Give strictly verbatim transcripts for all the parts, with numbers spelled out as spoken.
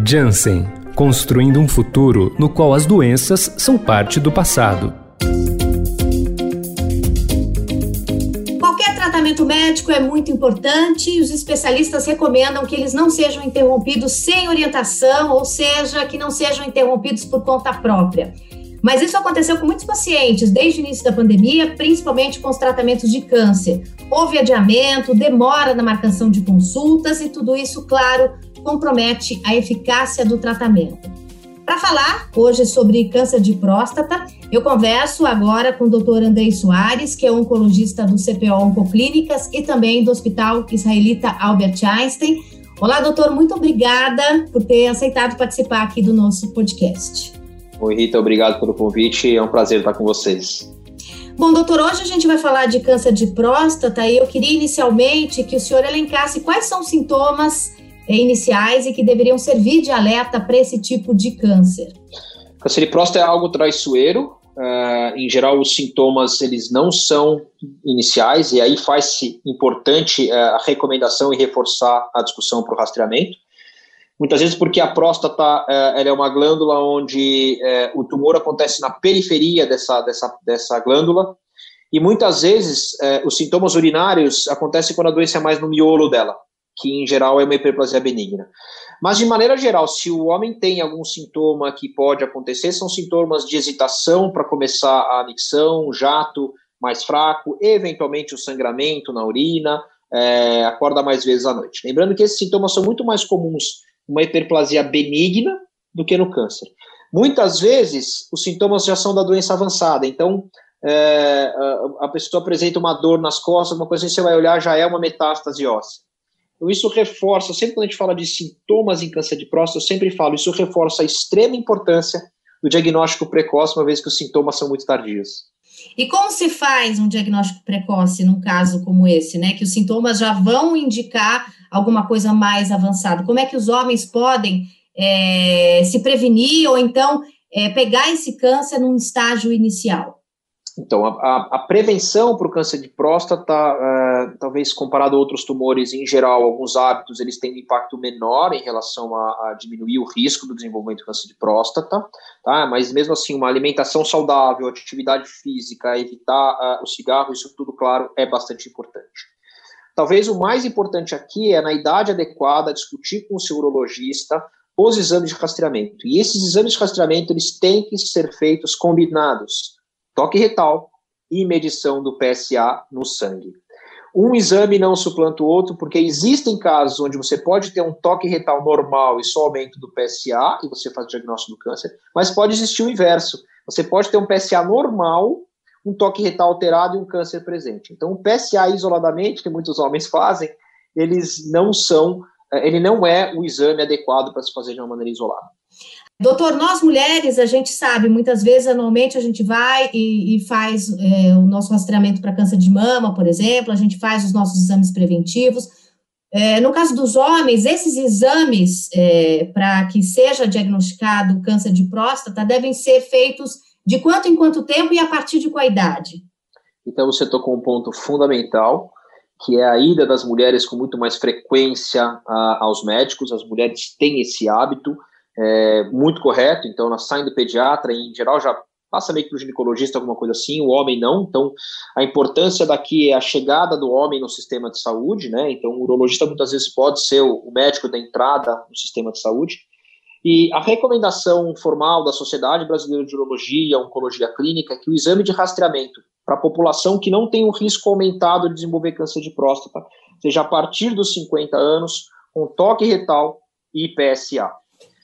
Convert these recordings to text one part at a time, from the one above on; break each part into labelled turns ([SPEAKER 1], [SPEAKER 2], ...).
[SPEAKER 1] Janssen, construindo um futuro no qual as doenças são parte do passado.
[SPEAKER 2] Qualquer tratamento médico é muito importante e os especialistas recomendam que eles não sejam interrompidos sem orientação, ou seja, que não sejam interrompidos por conta própria. Mas isso aconteceu com muitos pacientes desde o início da pandemia, principalmente com os tratamentos de câncer. Houve adiamento, demora na marcação de consultas e tudo isso, claro, compromete a eficácia do tratamento. Para falar hoje sobre câncer de próstata, eu converso agora com o doutor Andrei Soares, que é oncologista do C P O Oncoclínicas e também do Hospital Israelita Albert Einstein. Olá, doutor, muito obrigada por ter aceitado participar aqui do nosso podcast.
[SPEAKER 3] Oi, Rita, obrigado pelo convite, é um prazer estar com vocês.
[SPEAKER 2] Bom, doutor, hoje a gente vai falar de câncer de próstata e eu queria inicialmente que o senhor elencasse quais são os sintomas iniciais e que deveriam servir de alerta para esse tipo de câncer.
[SPEAKER 3] Câncer de próstata é algo traiçoeiro, uh, em geral os sintomas eles não são iniciais e aí faz-se importante uh, a recomendação e reforçar a discussão para o rastreamento. Muitas vezes porque a próstata uh, ela é uma glândula onde uh, o tumor acontece na periferia dessa, dessa, dessa glândula e muitas vezes uh, os sintomas urinários acontecem quando a doença é mais no miolo dela, que em geral é uma hiperplasia benigna. Mas de maneira geral, se o homem tem algum sintoma que pode acontecer, são sintomas de hesitação para começar a micção, jato mais fraco, eventualmente o sangramento na urina, é, acorda mais vezes à noite. Lembrando que esses sintomas são muito mais comuns numa hiperplasia benigna do que no câncer. Muitas vezes os sintomas já são da doença avançada, então é, a, a pessoa apresenta uma dor nas costas, uma coisa assim, você vai olhar, já é uma metástase óssea. Então isso reforça, sempre quando a gente fala de sintomas em câncer de próstata, eu sempre falo, isso reforça a extrema importância do diagnóstico precoce, uma vez que os sintomas são muito tardios.
[SPEAKER 2] E como se faz um diagnóstico precoce num caso como esse, né? Que os sintomas já vão indicar alguma coisa mais avançada? Como é que os homens podem é, se prevenir ou então é, pegar esse câncer num estágio inicial?
[SPEAKER 3] Então, a, a, a prevenção para o câncer de próstata, uh, talvez comparado a outros tumores, em geral, alguns hábitos, eles têm um impacto menor em relação a, a diminuir o risco do desenvolvimento do câncer de próstata, tá? Mas mesmo assim, uma alimentação saudável, atividade física, evitar uh, o cigarro, isso tudo, claro, é bastante importante. Talvez o mais importante aqui é, na idade adequada, discutir com o seu urologista os exames de rastreamento. E esses exames de rastreamento, eles têm que ser feitos combinados. Toque retal e medição do P S A no sangue. Um exame não suplanta o outro, porque existem casos onde você pode ter um toque retal normal e só aumento do P S A, e você faz o diagnóstico do câncer, mas pode existir o inverso. Você pode ter um P S A normal, um toque retal alterado e um câncer presente. Então, o P S A isoladamente, que muitos homens fazem, eles não são, ele não é o exame adequado para se fazer de uma maneira isolada.
[SPEAKER 2] Doutor, nós mulheres, a gente sabe, muitas vezes, anualmente, a gente vai e, e faz é, o nosso rastreamento para câncer de mama, por exemplo, a gente faz os nossos exames preventivos. É, no caso dos homens, esses exames, é, para que seja diagnosticado o câncer de próstata, devem ser feitos de quanto em quanto tempo e a partir de qual idade?
[SPEAKER 3] Então, você tocou um ponto fundamental, que é a ida das mulheres com muito mais frequência a, aos médicos. As mulheres têm esse hábito, é, muito correto, então elas saem do pediatra e em geral já passa meio que para o ginecologista, alguma coisa assim, o homem não. Então a importância daqui é a chegada do homem no sistema de saúde, né? Então o urologista muitas vezes pode ser o, o médico da entrada no sistema de saúde. E a recomendação formal da Sociedade Brasileira de Urologia, Oncologia Clínica, é que o exame de rastreamento para a população que não tem um risco aumentado de desenvolver câncer de próstata seja a partir dos cinquenta anos, com toque retal e P S A.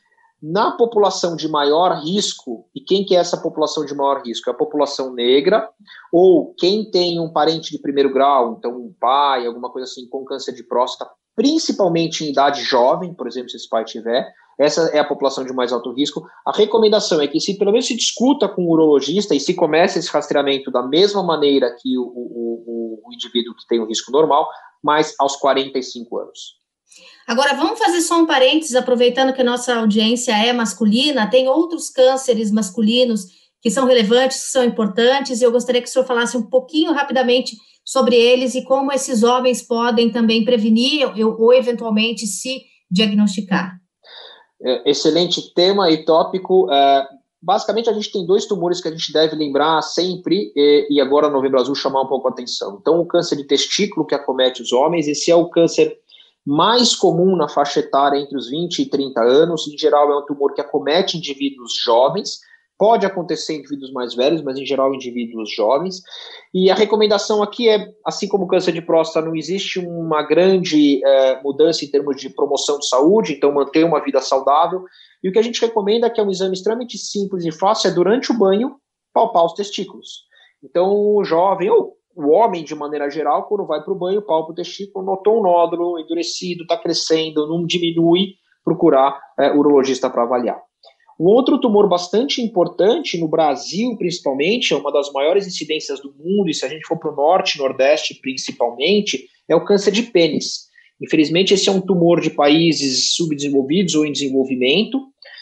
[SPEAKER 3] Na população de maior risco, e quem que é essa população de maior risco? É a população negra, ou quem tem um parente de primeiro grau, então um pai, alguma coisa assim, com câncer de próstata, principalmente em idade jovem, por exemplo, se esse pai tiver, essa é a população de mais alto risco. A recomendação é que se pelo menos se discuta com o urologista e se comece esse rastreamento da mesma maneira que o, o, o indivíduo que tem o risco normal, mas aos quarenta e cinco anos.
[SPEAKER 2] Agora, vamos fazer só um parênteses, aproveitando que a nossa audiência é masculina, tem outros cânceres masculinos que são relevantes, que são importantes, e eu gostaria que o senhor falasse um pouquinho rapidamente sobre eles e como esses homens podem também prevenir ou, ou eventualmente se diagnosticar.
[SPEAKER 3] É, excelente tema e tópico. É, basicamente, a gente tem dois tumores que a gente deve lembrar sempre, e, e agora no Novembro Azul chamar um pouco a atenção. Então, o câncer de testículo, que acomete os homens, esse é o câncer mais comum na faixa etária entre os vinte e trinta anos. Em geral, é um tumor que acomete indivíduos jovens. Pode acontecer em indivíduos mais velhos, mas em geral em indivíduos jovens. E a recomendação aqui é, assim como o câncer de próstata, não existe uma grande é, mudança em termos de promoção de saúde, então manter uma vida saudável. E o que a gente recomenda, que é um exame extremamente simples e fácil, é durante o banho, palpar os testículos. Então o jovem, ou o homem de maneira geral, quando vai para o banho, palpa o testículo, notou um nódulo endurecido, está crescendo, não diminui, procurar é, o urologista para avaliar. Um outro tumor bastante importante, no Brasil principalmente, é uma das maiores incidências do mundo, e se a gente for para o norte e nordeste principalmente, é o câncer de pênis. Infelizmente, esse é um tumor de países subdesenvolvidos ou em desenvolvimento.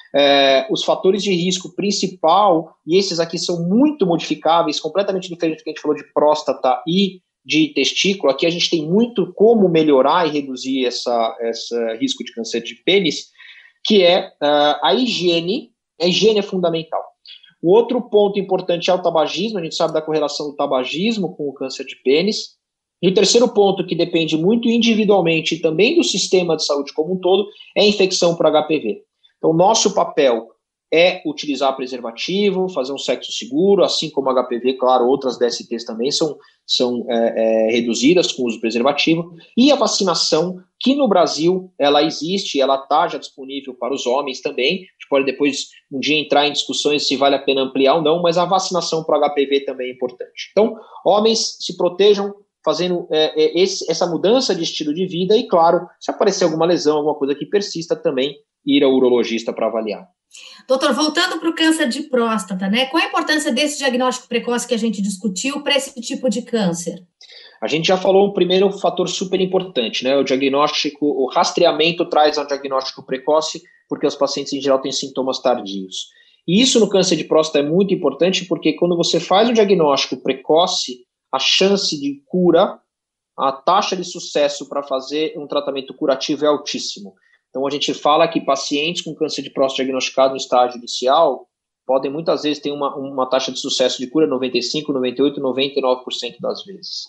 [SPEAKER 3] É, os fatores de risco principal, e esses aqui são muito modificáveis, completamente diferente do que a gente falou de próstata e de testículo. Aqui a gente tem muito como melhorar e reduzir essa, esse risco de câncer de pênis, que é uh, a higiene. A higiene é fundamental. O outro ponto importante é o tabagismo, a gente sabe da correlação do tabagismo com o câncer de pênis. E o terceiro ponto, que depende muito individualmente e também do sistema de saúde como um todo, é a infecção por H P V. Então, nosso papel é utilizar preservativo, fazer um sexo seguro, assim como H P V, claro, outras D S Ts também são, são é, é, reduzidas com o uso do preservativo, e a vacinação, que no Brasil ela existe, ela está já disponível para os homens também. A gente pode depois um dia entrar em discussões se vale a pena ampliar ou não, mas a vacinação para H P V também é importante. Então, homens, se protejam fazendo é, é, esse, essa mudança de estilo de vida e, claro, se aparecer alguma lesão, alguma coisa que persista, também ir ao urologista para avaliar.
[SPEAKER 2] Doutor, voltando para o câncer de próstata, né? Qual a importância desse diagnóstico precoce que a gente discutiu para esse tipo de câncer?
[SPEAKER 3] A gente já falou um primeiro fator super importante, né? O diagnóstico, o rastreamento traz ao diagnóstico precoce, porque os pacientes em geral têm sintomas tardios. E isso no câncer de próstata é muito importante, porque quando você faz o diagnóstico precoce, a chance de cura, a taxa de sucesso para fazer um tratamento curativo é altíssimo. Então, a gente fala que pacientes com câncer de próstata diagnosticado no estágio inicial podem, muitas vezes, ter uma, uma taxa de sucesso de cura noventa e cinco, noventa e oito, noventa e nove por cento das vezes.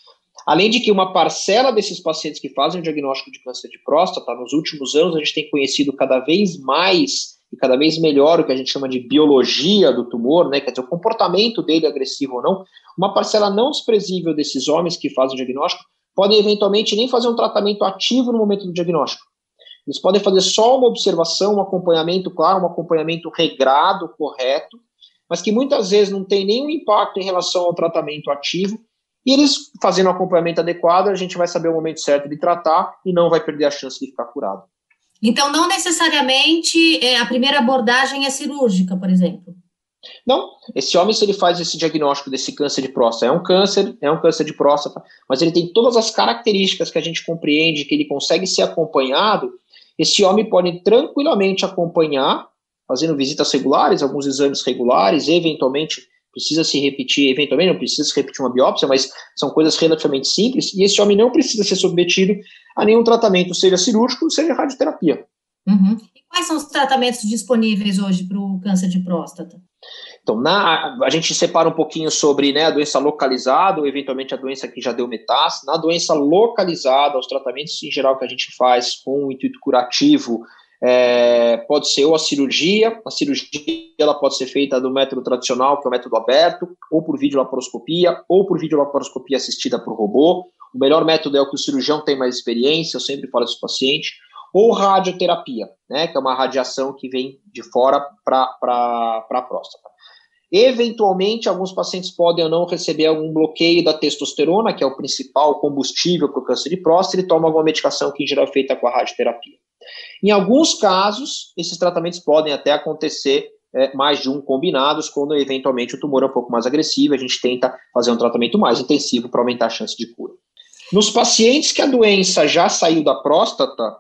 [SPEAKER 3] Além de que uma parcela desses pacientes que fazem o diagnóstico de câncer de próstata, nos últimos anos, a gente tem conhecido cada vez mais e cada vez melhor o que a gente chama de biologia do tumor, né? Quer dizer, o comportamento dele agressivo ou não. Uma parcela não desprezível desses homens que fazem o diagnóstico podem, eventualmente, nem fazer um tratamento ativo no momento do diagnóstico. Eles podem fazer só uma observação, um acompanhamento, claro, um acompanhamento regrado, correto, mas que muitas vezes não tem nenhum impacto em relação ao tratamento ativo, e eles, fazendo um acompanhamento adequado, a gente vai saber o momento certo de tratar e não vai perder a chance de ficar curado.
[SPEAKER 2] Então, não necessariamente é, a primeira abordagem é cirúrgica, por exemplo?
[SPEAKER 3] Não, esse homem, se ele faz esse diagnóstico desse câncer de próstata, é um câncer, é um câncer de próstata, mas ele tem todas as características que a gente compreende, que ele consegue ser acompanhado. Esse homem pode tranquilamente acompanhar, fazendo visitas regulares, alguns exames regulares, eventualmente precisa se repetir, eventualmente não precisa se repetir uma biópsia, mas são coisas relativamente simples, e esse homem não precisa ser submetido a nenhum tratamento, seja cirúrgico, seja radioterapia.
[SPEAKER 2] Uhum. E quais são os tratamentos disponíveis hoje para o câncer de próstata?
[SPEAKER 3] Então, na, a gente separa um pouquinho sobre, né, a doença localizada, ou eventualmente a doença que já deu metástase. Na doença localizada, os tratamentos em geral que a gente faz com o intuito curativo, é, pode ser ou a cirurgia, a cirurgia ela pode ser feita do método tradicional, que é o método aberto, ou por videolaparoscopia, ou por videolaparoscopia assistida por robô. O melhor método é o que o cirurgião tem mais experiência, eu sempre falo isso para o paciente. Ou radioterapia, né, que é uma radiação que vem de fora para a próstata. Eventualmente, alguns pacientes podem ou não receber algum bloqueio da testosterona, que é o principal combustível para o câncer de próstata, e tomam alguma medicação que em geral é feita com a radioterapia. Em alguns casos, esses tratamentos podem até acontecer é, mais de um combinados, quando eventualmente o tumor é um pouco mais agressivo, a gente tenta fazer um tratamento mais intensivo para aumentar a chance de cura. Nos pacientes que a doença já saiu da próstata,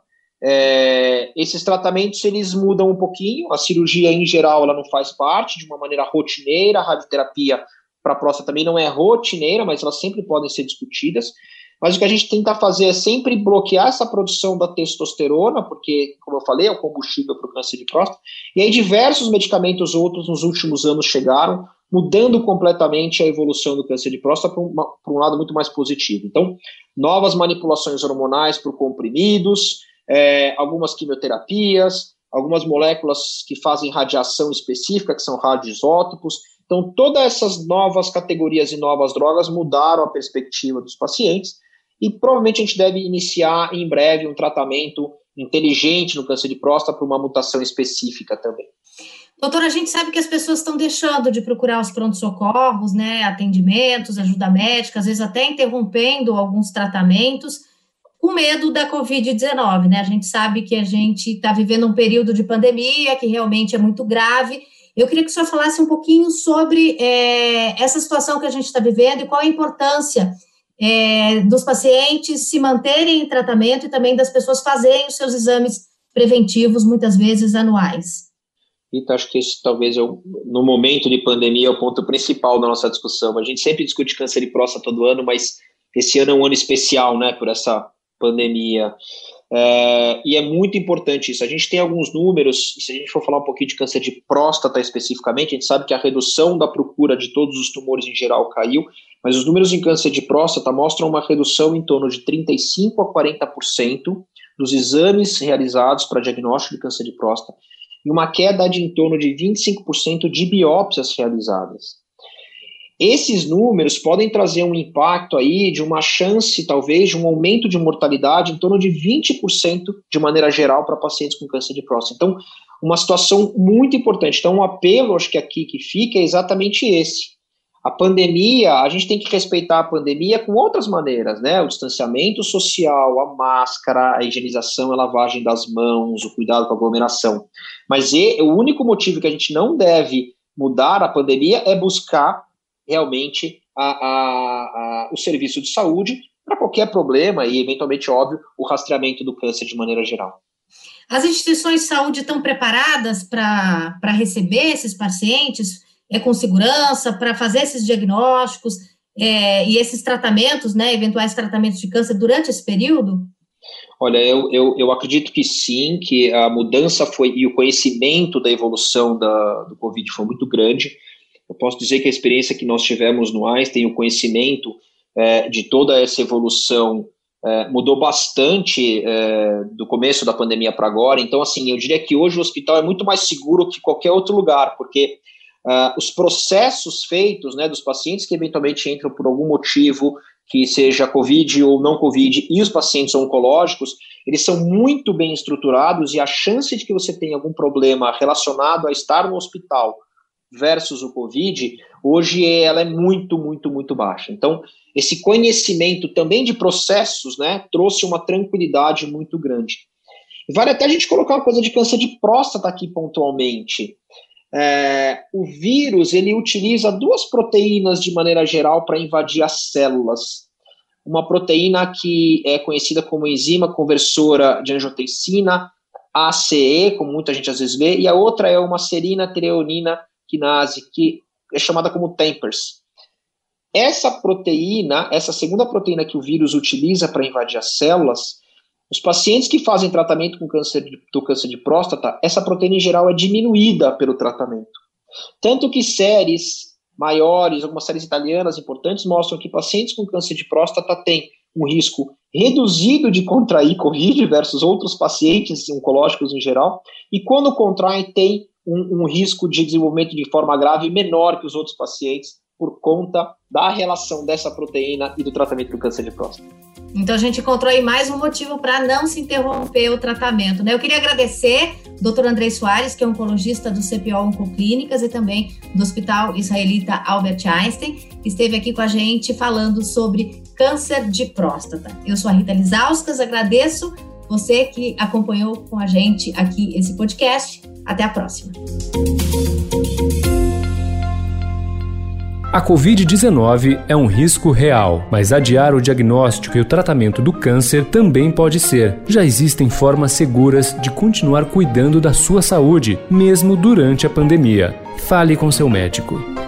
[SPEAKER 3] É, esses tratamentos eles mudam um pouquinho. A cirurgia em geral ela não faz parte de uma maneira rotineira, a radioterapia para a próstata também não é rotineira, mas elas sempre podem ser discutidas. mas o que a gente tenta fazer é sempre bloquear essa produção da testosterona, porque, como eu falei, é o combustível para o câncer de próstata, e aí diversos medicamentos outros nos últimos anos chegaram, mudando completamente a evolução do câncer de próstata para um, um lado muito mais positivo. Então, novas manipulações hormonais por comprimidos, é, algumas quimioterapias, algumas moléculas que fazem radiação específica, que são radioisótopos. Então, todas essas novas categorias e novas drogas mudaram a perspectiva dos pacientes e provavelmente a gente deve iniciar em breve um tratamento inteligente no câncer de próstata para uma mutação específica também.
[SPEAKER 2] Doutora, a gente sabe que as pessoas estão deixando de procurar os prontos-socorros, né, atendimentos, ajuda médica, às vezes até interrompendo alguns tratamentos, com medo da covid dezenove, né? A gente sabe que a gente está vivendo um período de pandemia que realmente é muito grave. Eu queria que o senhor falasse um pouquinho sobre é, essa situação que a gente está vivendo e qual a importância é, dos pacientes se manterem em tratamento e também das pessoas fazerem os seus exames preventivos, muitas vezes anuais.
[SPEAKER 3] Então, acho que esse talvez é o, no momento de pandemia é o ponto principal da nossa discussão. A gente sempre discute câncer de próstata todo ano, mas esse ano é um ano especial, né, por essa pandemia. É, e é muito importante isso. A gente tem alguns números, se a gente for falar um pouquinho de câncer de próstata especificamente, a gente sabe que a redução da procura de todos os tumores em geral caiu, mas os números em câncer de próstata mostram uma redução em torno de trinta e cinco a quarenta por cento dos exames realizados para diagnóstico de câncer de próstata e uma queda de em torno de vinte e cinco por cento de biópsias realizadas. Esses números podem trazer um impacto aí de uma chance, talvez, de um aumento de mortalidade em torno de vinte por cento de maneira geral para pacientes com câncer de próstata. Então, uma situação muito importante. Então, um apelo, acho que aqui que fica é exatamente esse. A pandemia, a gente tem que respeitar a pandemia com outras maneiras, né? O distanciamento social, a máscara, a higienização, a lavagem das mãos, o cuidado com a aglomeração. Mas e, o único motivo que a gente não deve mudar a pandemia é buscar realmente a, a, a, o serviço de saúde para qualquer problema e, eventualmente, óbvio, o rastreamento do câncer de maneira geral.
[SPEAKER 2] As instituições de saúde estão preparadas para receber esses pacientes é, com segurança, para fazer esses diagnósticos é, e esses tratamentos, né, eventuais tratamentos de câncer durante esse período?
[SPEAKER 3] Olha, eu, eu, eu acredito que sim, que a mudança foi, e o conhecimento da evolução da, do Covid foi muito grande. Eu posso dizer que a experiência que nós tivemos no Einstein, o conhecimento é, de toda essa evolução é, mudou bastante é, do começo da pandemia para agora. Então, assim, eu diria que hoje o hospital é muito mais seguro que qualquer outro lugar, porque uh, os processos feitos, né, dos pacientes que eventualmente entram por algum motivo, que seja Covid ou não Covid, e os pacientes oncológicos, eles são muito bem estruturados e a chance de que você tenha algum problema relacionado a estar no hospital versus o Covid, hoje ela é muito, muito, muito baixa. Então, esse conhecimento também de processos, né, trouxe uma tranquilidade muito grande. Vale até a gente colocar uma coisa de câncer de próstata aqui pontualmente. É, o vírus, ele utiliza duas proteínas de maneira geral para invadir as células. Uma proteína que é conhecida como enzima conversora de angiotensina, A C E, como muita gente às vezes vê, e a outra é uma serina treonina quinase, que é chamada como TAMPERS. Essa proteína, essa segunda proteína que o vírus utiliza para invadir as células, os pacientes que fazem tratamento com câncer de, do câncer de próstata, essa proteína em geral é diminuída pelo tratamento. Tanto que séries maiores, algumas séries italianas importantes, mostram que pacientes com câncer de próstata têm um risco reduzido de contrair Covid versus outros pacientes oncológicos em geral, e quando contraem tem Um, um risco de desenvolvimento de forma grave menor que os outros pacientes por conta da relação dessa proteína e do tratamento do câncer de próstata.
[SPEAKER 2] Então, a gente encontrou aí mais um motivo para não se interromper o tratamento, né? Eu queria agradecer o doutor Andrei Soares, que é oncologista do C P O Oncoclínicas e também do Hospital Israelita Albert Einstein, que esteve aqui com a gente falando sobre câncer de próstata. Eu sou a Rita Lizauskas, agradeço você que acompanhou com a gente aqui esse podcast. Até a próxima.
[SPEAKER 1] A covid dezenove é um risco real, mas adiar o diagnóstico e o tratamento do câncer também pode ser. Já existem formas seguras de continuar cuidando da sua saúde, mesmo durante a pandemia. Fale com seu médico.